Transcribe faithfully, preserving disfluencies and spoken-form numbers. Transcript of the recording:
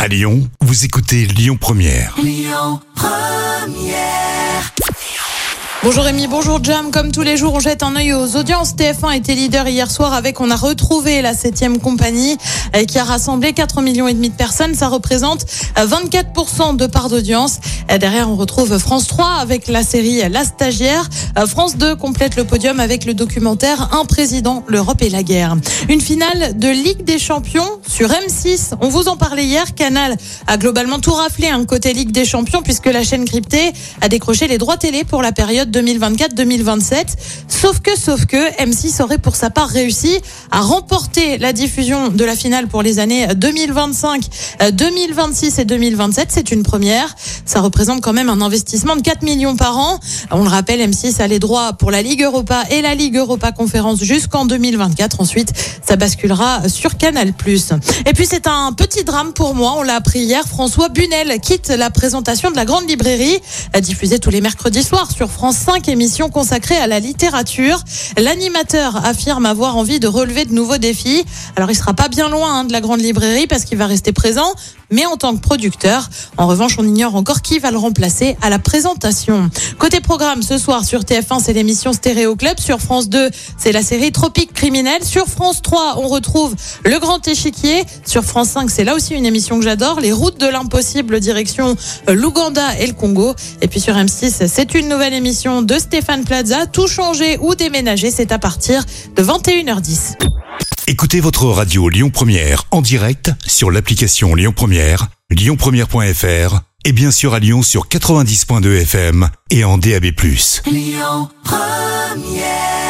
À Lyon, vous écoutez Lyon Première. Lyon Première. Bonjour Rémi, bonjour Jam. Comme tous les jours, on jette un œil aux audiences. T F un était leader hier soir avec On a retrouvé la septième compagnie qui a rassemblé quatre millions et demi de personnes. Ça représente vingt-quatre pour cent de part d'audience. Derrière, on retrouve France trois avec la série La Stagiaire. France deux complète le podium avec le documentaire Un président, l'Europe et la guerre. Une finale de Ligue des Champions sur M six. On vous en parlait hier. Canal a globalement tout raflé, hein, côté Ligue des Champions, puisque la chaîne cryptée a décroché les droits télé pour la période deux mille vingt-quatre deux mille vingt-sept. Sauf que, sauf que, M six aurait pour sa part réussi à remporter la diffusion de la finale pour les années deux mille vingt-cinq, deux mille vingt-six et deux mille vingt-sept. C'est une première. Ça représente quand même un investissement de quatre millions par an. On le rappelle, M six a les droits pour la Ligue Europa et la Ligue Europa Conférence jusqu'en deux mille vingt-quatre. Ensuite, ça basculera sur Canal plus. Et puis, c'est un petit drame pour moi. On l'a appris hier. François Bunel quitte la présentation de la Grande Librairie, diffusée tous les mercredis soirs sur France cinq, émission consacrée à la littérature. L'animateur affirme avoir envie de relever de nouveaux défis. Alors, il sera pas bien loin, hein, de la Grande Librairie parce qu'il va rester présent, mais en tant que producteur. En revanche, on ignore encore qui va le remplacer à la présentation. Côté programme, ce soir sur T F un, c'est l'émission Stéréo Club. Sur France deux, c'est la série Tropique Criminel. Sur France trois, on retrouve Le Grand Échiquier. Sur France cinq, c'est là aussi une émission que j'adore, Les Routes de l'Impossible, direction l'Ouganda et le Congo. Et puis sur M six, c'est une nouvelle émission de Stéphane Plaza. Tout changer ou déménager, c'est à partir de vingt et une heures dix. Écoutez votre radio Lyon Première en direct sur l'application Lyon Première, lyon première point f r et bien sûr à Lyon sur quatre-vingt-dix virgule deux F M et en D A B plus. Lyon Première.